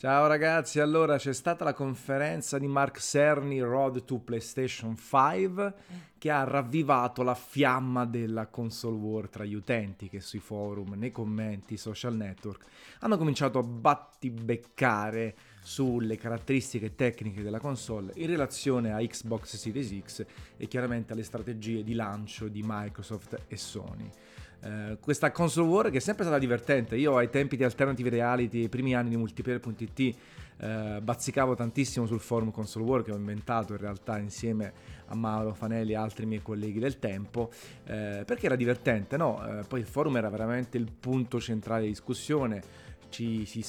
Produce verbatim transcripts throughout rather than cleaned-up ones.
Ciao ragazzi, allora c'è stata la conferenza di Mark Cerny Road to PlayStation cinque che ha ravvivato la fiamma della console war tra gli utenti che sui forum, nei commenti, social network hanno cominciato a battibeccare sulle caratteristiche tecniche della console in relazione a Xbox Series X e chiaramente alle strategie di lancio di Microsoft e Sony. Uh, questa console war che è sempre stata divertente. Io ai tempi di Alternative Reality, i primi anni di multiplayer punto it, uh, bazzicavo tantissimo sul forum console war che ho inventato in realtà insieme a Mauro Fanelli e altri miei colleghi del tempo, uh, perché era divertente, no? Uh, poi il forum era veramente il punto centrale di discussione, ci si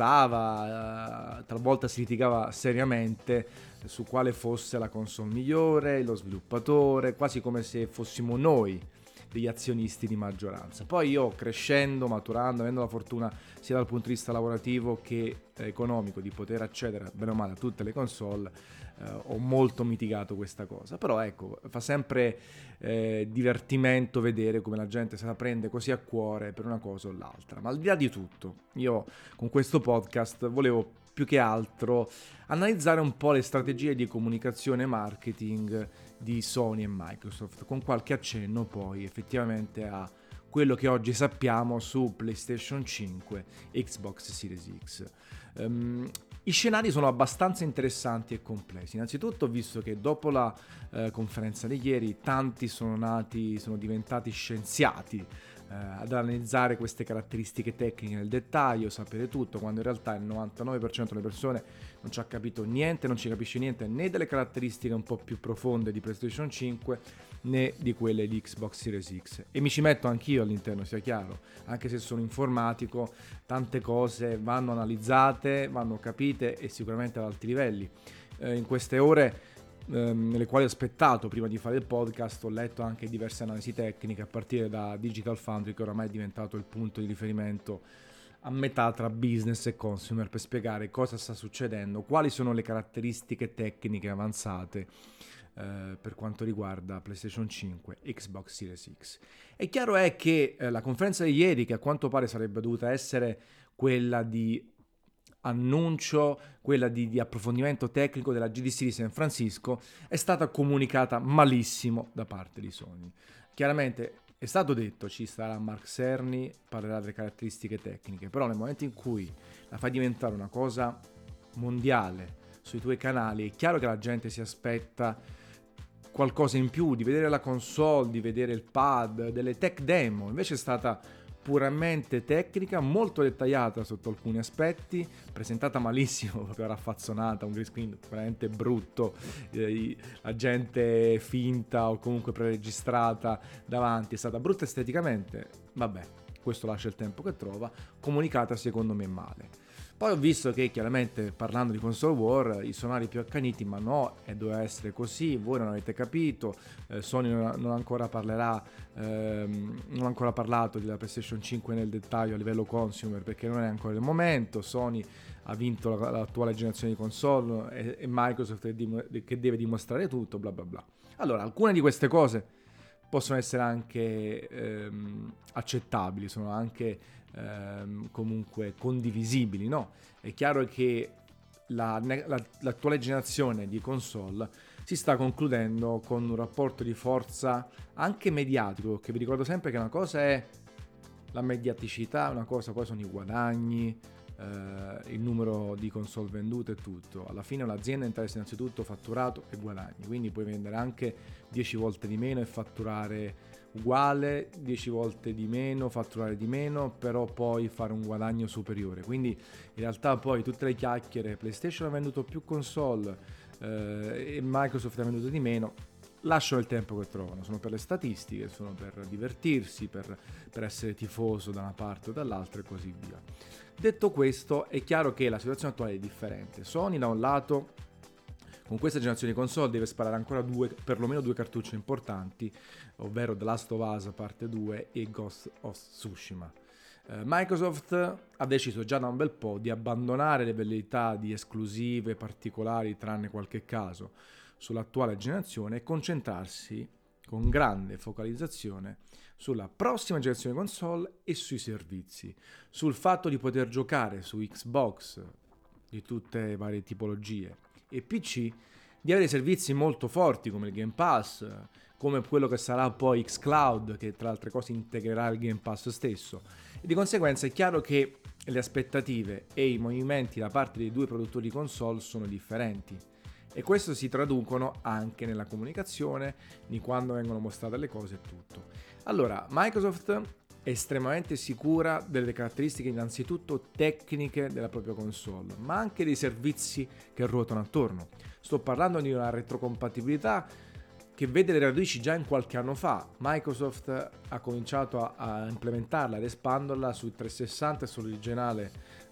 scherzava, uh, talvolta si litigava seriamente su quale fosse la console migliore, lo sviluppatore, quasi come se fossimo noi degli azionisti di maggioranza. Poi io crescendo, maturando, avendo la fortuna sia dal punto di vista lavorativo che economico di poter accedere bene o male a tutte le console, eh, ho molto mitigato questa cosa. Però ecco, fa sempre eh, divertimento vedere come la gente se la prende così a cuore per una cosa o l'altra. Ma al di là di tutto, io con questo podcast volevo più che altro analizzare un po' le strategie di comunicazione e marketing di Sony e Microsoft, con qualche accenno poi effettivamente a quello che oggi sappiamo su PlayStation cinque e Xbox Series X. Um, I scenari sono abbastanza interessanti e complessi. Innanzitutto, visto che dopo la eh, conferenza di ieri tanti sono nati, sono diventati scienziati eh, ad analizzare queste caratteristiche tecniche nel dettaglio, sapere tutto, quando in realtà il novantanove per cento delle persone non ci ha capito niente, non ci capisce niente né delle caratteristiche un po' più profonde di PlayStation cinque né di quelle di Xbox Series X. E mi ci metto anch'io all'interno, sia chiaro, anche se sono informatico, tante cose vanno analizzate, vanno capite e sicuramente ad alti livelli. Eh, in queste ore eh, nelle quali ho aspettato prima di fare il podcast ho letto anche diverse analisi tecniche a partire da Digital Foundry, che oramai è diventato il punto di riferimento a metà tra business e consumer per spiegare cosa sta succedendo, quali sono le caratteristiche tecniche avanzate eh, per quanto riguarda PlayStation cinque e Xbox Series X. È chiaro è che eh, la conferenza di ieri, che a quanto pare sarebbe dovuta essere quella di annuncio, quella di, di approfondimento tecnico della G D C di San Francisco, è stata comunicata malissimo da parte di Sony. Chiaramente è stato detto ci sarà Mark Cerny, parlerà delle caratteristiche tecniche, però nel momento in cui la fai diventare una cosa mondiale sui tuoi canali, è chiaro che la gente si aspetta qualcosa in più, di vedere la console, di vedere il pad, delle tech demo. Invece è stata puramente tecnica, molto dettagliata sotto alcuni aspetti, presentata malissimo, proprio raffazzonata, un green screen veramente brutto, eh, la gente finta o comunque preregistrata davanti, è stata brutta esteticamente, vabbè, questo lascia il tempo che trova, comunicata secondo me male. Poi ho visto che chiaramente parlando di console war i sonari più accaniti, ma no, e doveva essere così, voi non avete capito, eh, Sony non, non ancora parlerà, ehm, non ha ancora parlato della PlayStation cinque nel dettaglio a livello consumer perché non è ancora il momento, Sony ha vinto la, l'attuale generazione di console e, e Microsoft è dim- che deve dimostrare tutto, bla bla bla. Allora, alcune di queste cose possono essere anche ehm, accettabili, sono anche ehm, comunque condivisibili, no? È chiaro che la, la, l'attuale generazione di console si sta concludendo con un rapporto di forza anche mediatico, che vi ricordo sempre che una cosa è la mediaticità, una cosa poi sono i guadagni, eh, il numero di console vendute e tutto. Alla fine un'azienda interessa innanzitutto fatturato e guadagni, quindi puoi vendere anche dieci volte di meno e fatturare uguale, dieci volte di meno, fatturare di meno, però poi fare un guadagno superiore. Quindi in realtà poi tutte le chiacchiere, PlayStation ha venduto più console eh, e Microsoft ha venduto di meno, lasciano il tempo che trovano, sono per le statistiche, sono per divertirsi, per, per essere tifoso da una parte o dall'altra e così via. Detto questo, è chiaro che la situazione attuale è differente. Sony da un lato con questa generazione di console deve sparare ancora due, perlomeno due cartucce importanti, ovvero The Last of Us parte due e Ghost of Tsushima. Uh, Microsoft ha deciso già da un bel po' di abbandonare le velleità di esclusive particolari, tranne qualche caso, sull'attuale generazione e concentrarsi con grande focalizzazione sulla prossima generazione di console e sui servizi, sul fatto di poter giocare su Xbox di tutte le varie tipologie, e P C di avere servizi molto forti come il Game Pass, come quello che sarà poi xCloud, che tra altre cose integrerà il Game Pass stesso, e di conseguenza è chiaro che le aspettative e i movimenti da parte dei due produttori di console sono differenti, e questo si traducono anche nella comunicazione, di quando vengono mostrate le cose e tutto. Allora, Microsoft è estremamente sicura delle caratteristiche innanzitutto tecniche della propria console, ma anche dei servizi che ruotano attorno. Sto parlando di una retrocompatibilità che vede le radici già in qualche anno fa. Microsoft ha cominciato a, a implementarla ed espanderla sul trecentosessanta e sull'originale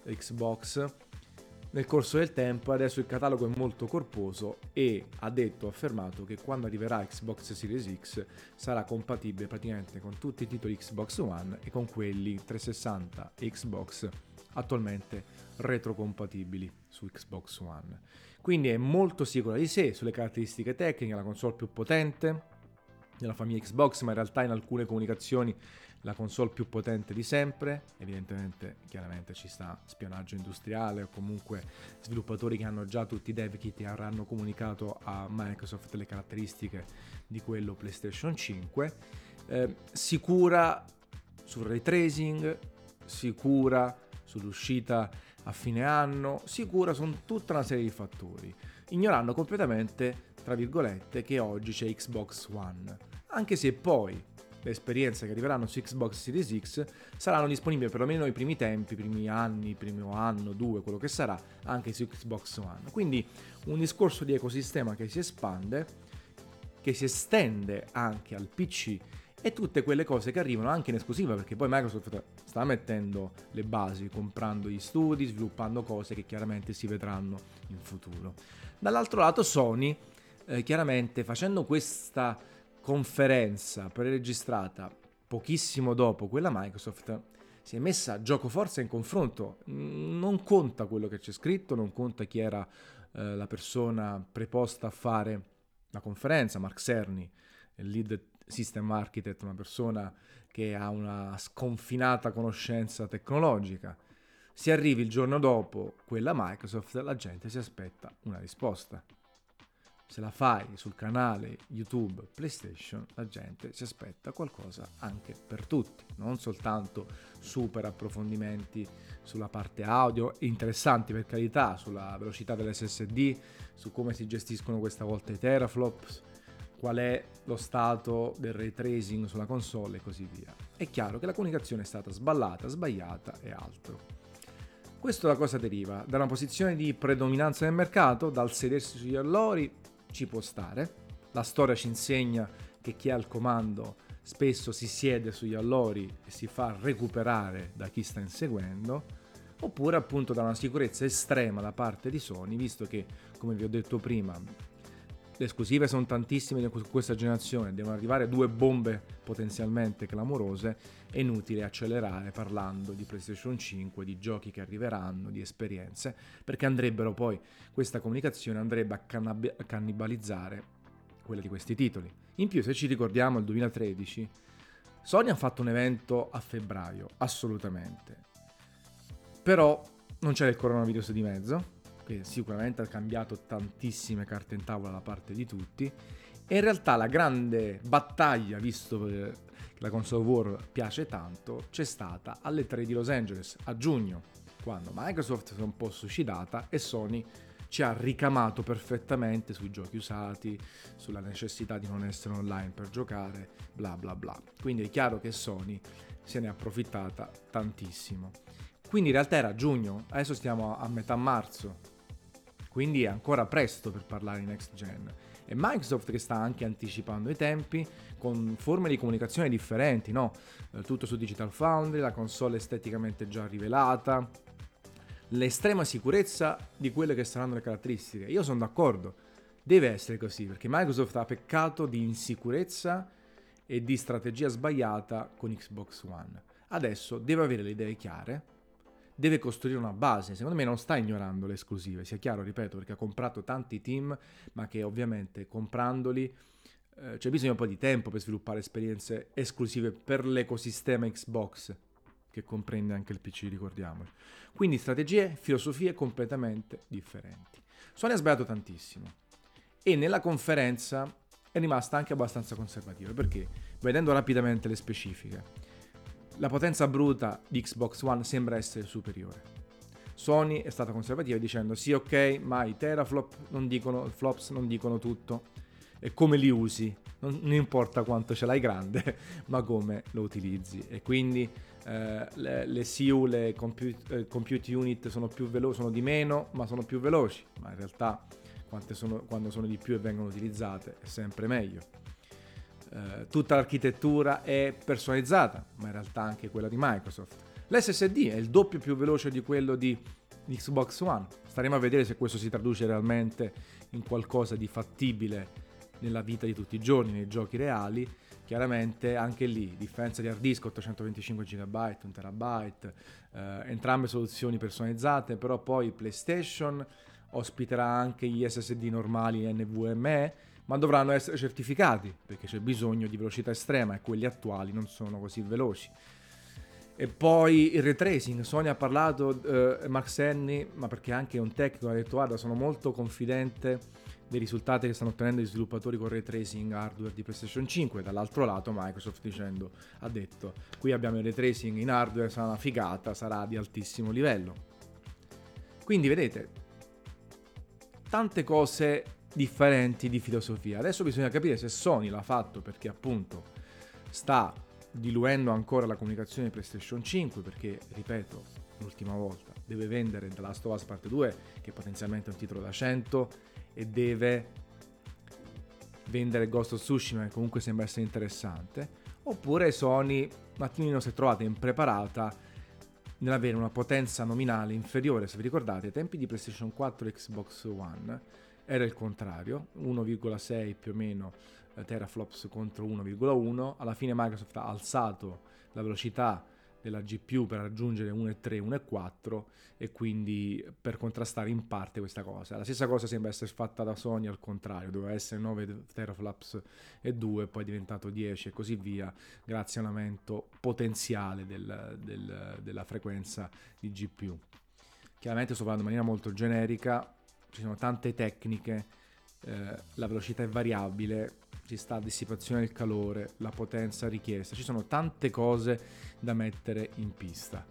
Xbox nel corso del tempo. Adesso il catalogo è molto corposo e ha detto, affermato che quando arriverà Xbox Series X sarà compatibile praticamente con tutti i titoli Xbox One e con quelli trecentosessanta e Xbox attualmente retrocompatibili su Xbox One. Quindi è molto sicura di sé sulle caratteristiche tecniche, la console più potente della famiglia Xbox, ma in realtà in alcune comunicazioni la console più potente di sempre. Evidentemente, chiaramente ci sta spionaggio industriale o comunque sviluppatori che hanno già tutti i dev kit e avranno comunicato a Microsoft le caratteristiche di quello PlayStation cinque. Eh, sicura sul ray tracing, sicura sull'uscita a fine anno, sicura su tutta una serie di fattori, ignorando completamente, tra virgolette, che oggi c'è Xbox One, anche se poi le esperienze che arriveranno su Xbox Series X saranno disponibili perlomeno nei primi tempi, primi anni, primo anno, due, quello che sarà, anche su Xbox One. Quindi un discorso di ecosistema che si espande, che si estende anche al P C, e tutte quelle cose che arrivano anche in esclusiva, perché poi Microsoft sta mettendo le basi, comprando gli studi, sviluppando cose che chiaramente si vedranno in futuro. Dall'altro lato Sony, eh, chiaramente facendo questa conferenza preregistrata pochissimo dopo quella Microsoft, si è messa a gioco forza in confronto. Non conta quello che c'è scritto, non conta chi era eh, la persona preposta a fare la conferenza, Mark Cerny, il lead system architect, una persona che ha una sconfinata conoscenza tecnologica. Se arrivi il giorno dopo quella Microsoft, la gente si aspetta una risposta. Se la fai sul canale YouTube PlayStation, la gente si aspetta qualcosa anche per tutti, non soltanto super approfondimenti sulla parte audio, interessanti per carità, sulla velocità dell'esse esse di, su come si gestiscono questa volta i teraflops, qual è lo stato del ray tracing sulla console e così via. È chiaro che la comunicazione è stata sballata, sbagliata e altro. Questo da cosa deriva? Da una posizione di predominanza nel mercato, dal sedersi sugli allori, ci può stare. La storia ci insegna che chi è al comando spesso si siede sugli allori e si fa recuperare da chi sta inseguendo, oppure appunto da una sicurezza estrema da parte di Sony, visto che, come vi ho detto prima, le esclusive sono tantissime di questa generazione, devono arrivare due bombe potenzialmente clamorose, è inutile accelerare parlando di PlayStation cinque, di giochi che arriveranno, di esperienze, perché andrebbero poi, questa comunicazione andrebbe a, cannab- a cannibalizzare quella di questi titoli. In più, se ci ricordiamo, il duemilatredici, Sony ha fatto un evento a febbraio, assolutamente, però non c'era il coronavirus di mezzo, che sicuramente ha cambiato tantissime carte in tavola da parte di tutti, e in realtà la grande battaglia, visto che la console war piace tanto, c'è stata alle tre di Los Angeles a giugno, quando Microsoft si è un po' suicidata e Sony ci ha ricamato perfettamente sui giochi usati, sulla necessità di non essere online per giocare, bla bla bla. Quindi è chiaro che Sony se ne è approfittata tantissimo. Quindi in realtà era giugno, adesso stiamo a metà marzo, quindi è ancora presto per parlare di next gen. E Microsoft che sta anche anticipando i tempi con forme di comunicazione differenti, no? Eh, tutto su Digital Foundry, la console esteticamente già rivelata, l'estrema sicurezza di quelle che saranno le caratteristiche. Io sono d'accordo, deve essere così, perché Microsoft ha peccato di insicurezza e di strategia sbagliata con Xbox One. Adesso deve avere le idee chiare, deve costruire una base. Secondo me non sta ignorando le esclusive, sia chiaro, ripeto, perché ha comprato tanti team, ma che ovviamente comprandoli eh, c'è bisogno un po' di tempo per sviluppare esperienze esclusive per l'ecosistema Xbox. che comprende anche il P C, ricordiamoci. Quindi strategie, filosofie completamente differenti. Sony ha sbagliato tantissimo e nella conferenza è rimasta anche abbastanza conservativa, perché vedendo rapidamente le specifiche, la potenza bruta di Xbox One sembra essere superiore. Sony è stata conservativa dicendo sì, ok, ma i teraflop non dicono, flops non dicono tutto, e come li usi, non, non importa quanto ce l'hai grande, ma come lo utilizzi. E quindi eh, le, le C U, le compute, eh, compute unit sono più veloci, sono di meno, ma sono più veloci, ma in realtà quante sono, quando sono di più e vengono utilizzate è sempre meglio. Eh, tutta l'architettura è personalizzata, ma in realtà anche quella di Microsoft. L'S S D è il doppio più veloce di quello di Xbox One. Staremo a vedere se questo si traduce realmente in qualcosa di fattibile nella vita di tutti i giorni, nei giochi reali. Chiaramente anche lì, differenza di hard disk ottocentoventicinque giga, un terabyte, eh, entrambe soluzioni personalizzate, però poi PlayStation ospiterà anche gli S S D normali N V M e, ma dovranno essere certificati, perché c'è bisogno di velocità estrema e quelli attuali non sono così veloci. E poi il ray tracing, Sony ha parlato, eh, Mark Cerny, ma perché anche un tecnico ha detto guarda, sono molto confidente dei risultati che stanno ottenendo gli sviluppatori con ray tracing hardware di PlayStation cinque. Dall'altro lato Microsoft dicendo, ha detto qui abbiamo il ray tracing in hardware, sarà una figata, sarà di altissimo livello. Quindi vedete, tante cose differenti di filosofia. Adesso bisogna capire se Sony l'ha fatto perché appunto sta diluendo ancora la comunicazione di PlayStation cinque, perché, ripeto, l'ultima volta, deve vendere The Last of Us Parte due, che potenzialmente è un titolo da cento, e deve vendere Ghost of Tsushima, che comunque sembra essere interessante, oppure Sony un attimino si è trovata impreparata nell'avere una potenza nominale inferiore. Se vi ricordate, ai tempi di PlayStation quattro e Xbox One era il contrario, uno virgola sei più o meno teraflops contro uno virgola uno. Alla fine Microsoft ha alzato la velocità della G P U per raggiungere uno virgola tre, uno virgola quattro, e quindi per contrastare in parte questa cosa. La stessa cosa sembra essere fatta da Sony al contrario, doveva essere nove teraflops e due, poi è diventato dieci e così via, grazie a un aumento potenziale del, del, della frequenza di G P U. Chiaramente sto parlando in maniera molto generica, ci sono tante tecniche, eh, la velocità è variabile, ci sta la dissipazione del calore, la potenza richiesta, ci sono tante cose da mettere in pista.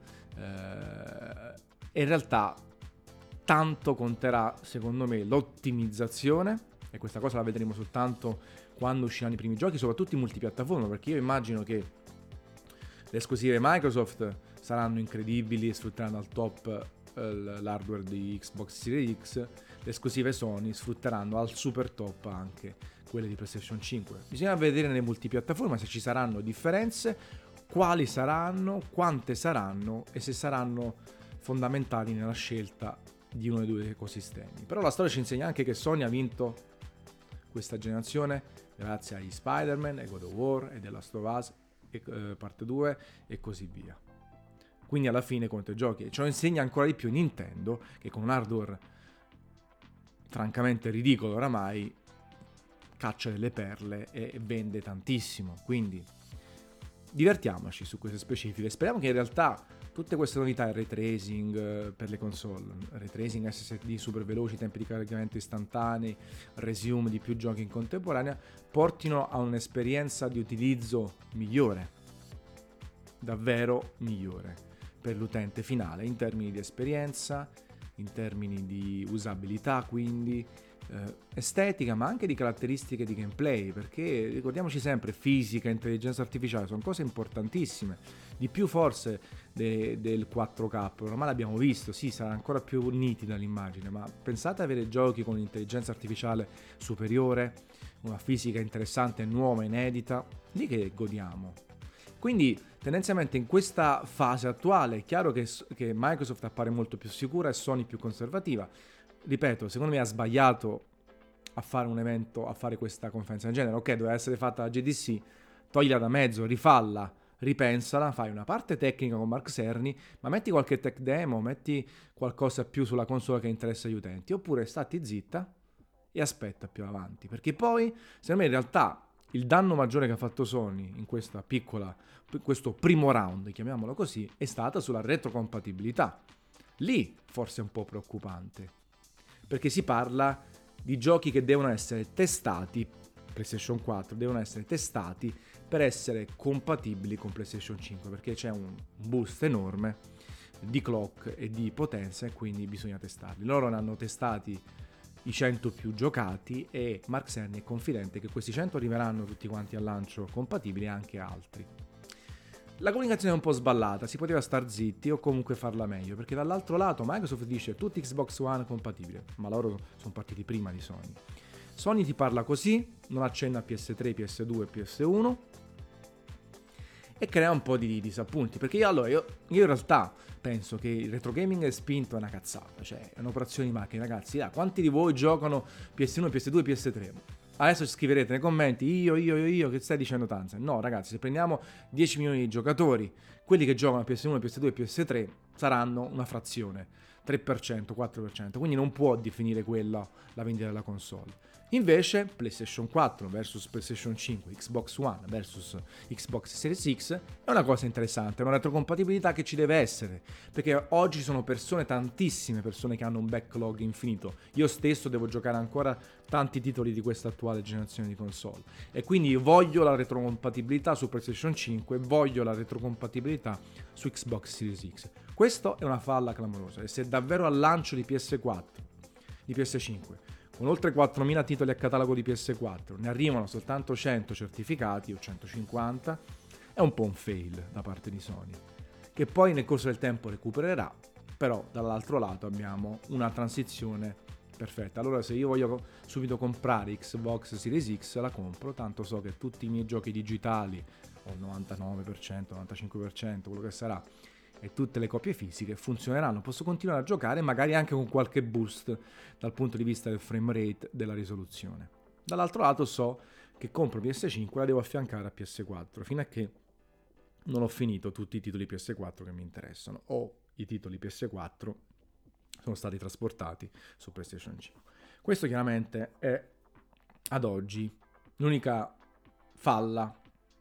Eh, in realtà tanto conterà, secondo me, l'ottimizzazione, e questa cosa la vedremo soltanto quando usciranno i primi giochi, soprattutto in multipiattaforma, perché io immagino che le esclusive Microsoft saranno incredibili e sfrutteranno al top eh, l'hardware di Xbox Series X, le esclusive Sony sfrutteranno al super top anche quelle di PlayStation cinque. Bisogna vedere nelle multipiattaforme se ci saranno differenze, quali saranno, quante saranno e se saranno fondamentali nella scelta di uno dei due ecosistemi. Però la storia ci insegna anche che Sony ha vinto questa generazione grazie agli Spider-Man, e God of War, e The Last of Us, e, eh, parte due e così via. Quindi alla fine conta i giochi, e ce lo insegna ancora di più Nintendo, che con un hardware francamente ridicolo oramai caccia delle perle e vende tantissimo. Quindi divertiamoci su queste specifiche, speriamo che in realtà tutte queste novità, il ray tracing eh, per le console, ray tracing S S D super veloci, tempi di caricamento istantanei, resume di più giochi in contemporanea, portino a un'esperienza di utilizzo migliore, davvero migliore per l'utente finale, in termini di esperienza, in termini di usabilità, quindi eh, estetica, ma anche di caratteristiche di gameplay, perché ricordiamoci sempre, fisica, intelligenza artificiale sono cose importantissime, di più forse de- del quattro K. Ormai l'abbiamo visto, sì, sarà ancora più nitida l'immagine, ma pensate ad avere giochi con intelligenza artificiale superiore, una fisica interessante, nuova, inedita, lì che godiamo. Quindi tendenzialmente in questa fase attuale è chiaro che, che Microsoft appare molto più sicura e Sony più conservativa. Ripeto, secondo me ha sbagliato a fare un evento, a fare questa conferenza del genere. Ok, doveva essere fatta la G D C, toglila da mezzo, rifalla, ripensala, fai una parte tecnica con Mark Cerny, ma metti qualche tech demo, metti qualcosa più sulla console che interessa agli utenti, oppure stati zitta e aspetta più avanti, perché poi secondo me in realtà il danno maggiore che ha fatto Sony in questa piccola, questo primo round, chiamiamolo così, è stata sulla retrocompatibilità. Lì forse è un po' preoccupante, perché si parla di giochi che devono essere testati, PlayStation quattro devono essere testati per essere compatibili con PlayStation cinque, perché c'è un boost enorme di clock e di potenza e quindi bisogna testarli. Loro ne hanno testati i cento più giocati e Mark Cerny è confidente che questi cento arriveranno tutti quanti al lancio compatibili e anche altri. La comunicazione è un po' sballata, si poteva star zitti o comunque farla meglio, perché dall'altro lato Microsoft dice tutti Xbox One compatibili, ma loro sono partiti prima di Sony. Sony ti parla così, non accenna a P S tre, P S due e P S uno e crea un po' di disappunti, perché io, allora, io, io in realtà penso che il retro gaming è spinto è una cazzata, cioè è un'operazione di macchina, ragazzi. Ah, quanti di voi giocano P S uno, P S due, P S tre? Adesso scriverete nei commenti io, io, io, io, che stai dicendo tanto. No, ragazzi, se prendiamo dieci milioni di giocatori, quelli che giocano a P S uno, P S due e P S tre saranno una frazione, tre per cento, quattro per cento, quindi non può definire quella la vendita della console. Invece PlayStation quattro versus PlayStation cinque, Xbox One versus Xbox Series X è una cosa interessante, è una retrocompatibilità che ci deve essere, perché oggi sono persone, tantissime persone che hanno un backlog infinito. Io stesso devo giocare ancora tanti titoli di questa attuale generazione di console e quindi voglio la retrocompatibilità su PlayStation cinque, voglio la retrocompatibilità su Xbox Series X. Questa è una falla clamorosa e se davvero al lancio di P S quattro, di P S cinque, con oltre quattromila titoli a catalogo di P S quattro, ne arrivano soltanto cento certificati o centocinquanta, è un po' un fail da parte di Sony, che poi nel corso del tempo recupererà, però dall'altro lato abbiamo una transizione perfetta. Allora se io voglio subito comprare Xbox Series X la compro, tanto so che tutti i miei giochi digitali, o il novantanove per cento, novantacinque per cento, quello che sarà, e tutte le copie fisiche funzioneranno, posso continuare a giocare magari anche con qualche boost dal punto di vista del frame rate, della risoluzione. Dall'altro lato so che compro P S cinque e la devo affiancare a P S quattro fino a che non ho finito tutti i titoli P S quattro che mi interessano o i titoli P S quattro sono stati trasportati su PlayStation cinque. Questo chiaramente è ad oggi l'unica falla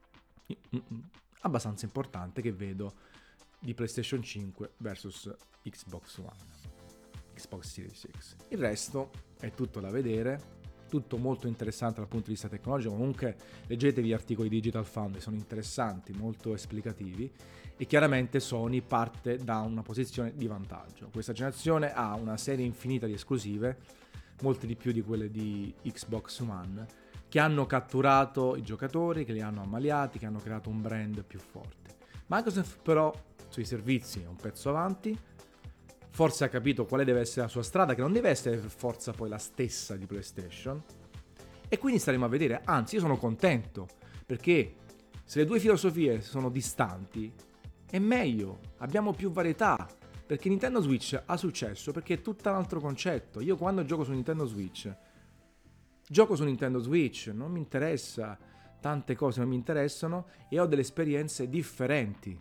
abbastanza importante che vedo di PlayStation cinque versus Xbox One, Xbox Series X. Il resto è tutto da vedere, tutto molto interessante dal punto di vista tecnologico. Comunque leggetevi gli articoli di Digital Foundry, sono interessanti, molto esplicativi e chiaramente Sony parte da una posizione di vantaggio. Questa generazione ha una serie infinita di esclusive, molte di più di quelle di Xbox One, che hanno catturato i giocatori, che li hanno ammaliati, che hanno creato un brand più forte. Microsoft però sui servizi è un pezzo avanti, forse ha capito quale deve essere la sua strada, che non deve essere per forza poi la stessa di PlayStation, e quindi staremo a vedere. Anzi, io sono contento, perché se le due filosofie sono distanti è meglio, abbiamo più varietà, perché Nintendo Switch ha successo perché è tutto un altro concetto. Io quando gioco su Nintendo Switch gioco su Nintendo Switch, non mi interessa, tante cose non mi interessano e ho delle esperienze differenti.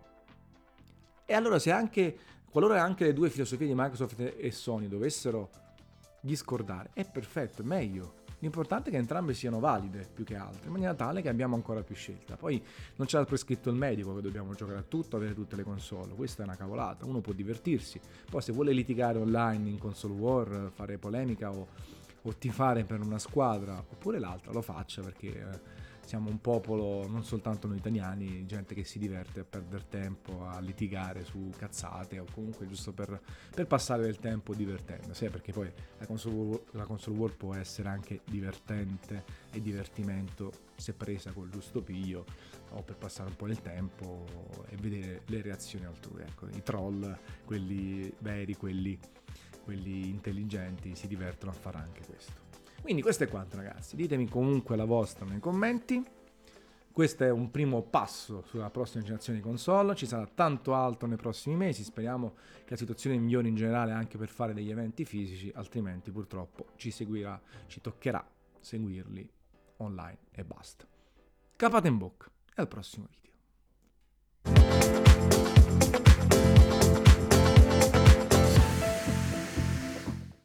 E allora se anche, qualora anche le due filosofie di Microsoft e Sony dovessero discordare, è perfetto, è meglio. L'importante è che entrambe siano valide più che altre, in maniera tale che abbiamo ancora più scelta. Poi non c'era prescritto il medico che dobbiamo giocare a tutto, avere tutte le console. Questa è una cavolata, uno può divertirsi. Poi se vuole litigare online in console war, fare polemica o, o tifare per una squadra, oppure l'altra, lo faccia, perché eh, siamo un popolo, non soltanto noi italiani, gente che si diverte a perdere tempo, a litigare su cazzate o comunque giusto per, per passare del tempo divertendosi, eh, perché poi la console, war, la console war può essere anche divertente e divertimento se presa col giusto piglio o per passare un po' del tempo e vedere le reazioni altrui. Ecco, i troll, quelli veri, quelli, quelli intelligenti, si divertono a fare anche questo. Quindi questo è quanto, ragazzi, ditemi comunque la vostra nei commenti. Questo è un primo passo sulla prossima generazione di console, ci sarà tanto altro nei prossimi mesi, speriamo che la situazione migliori in generale anche per fare degli eventi fisici, altrimenti purtroppo ci seguirà, ci toccherà seguirli online e basta. Capate in bocca e al prossimo video.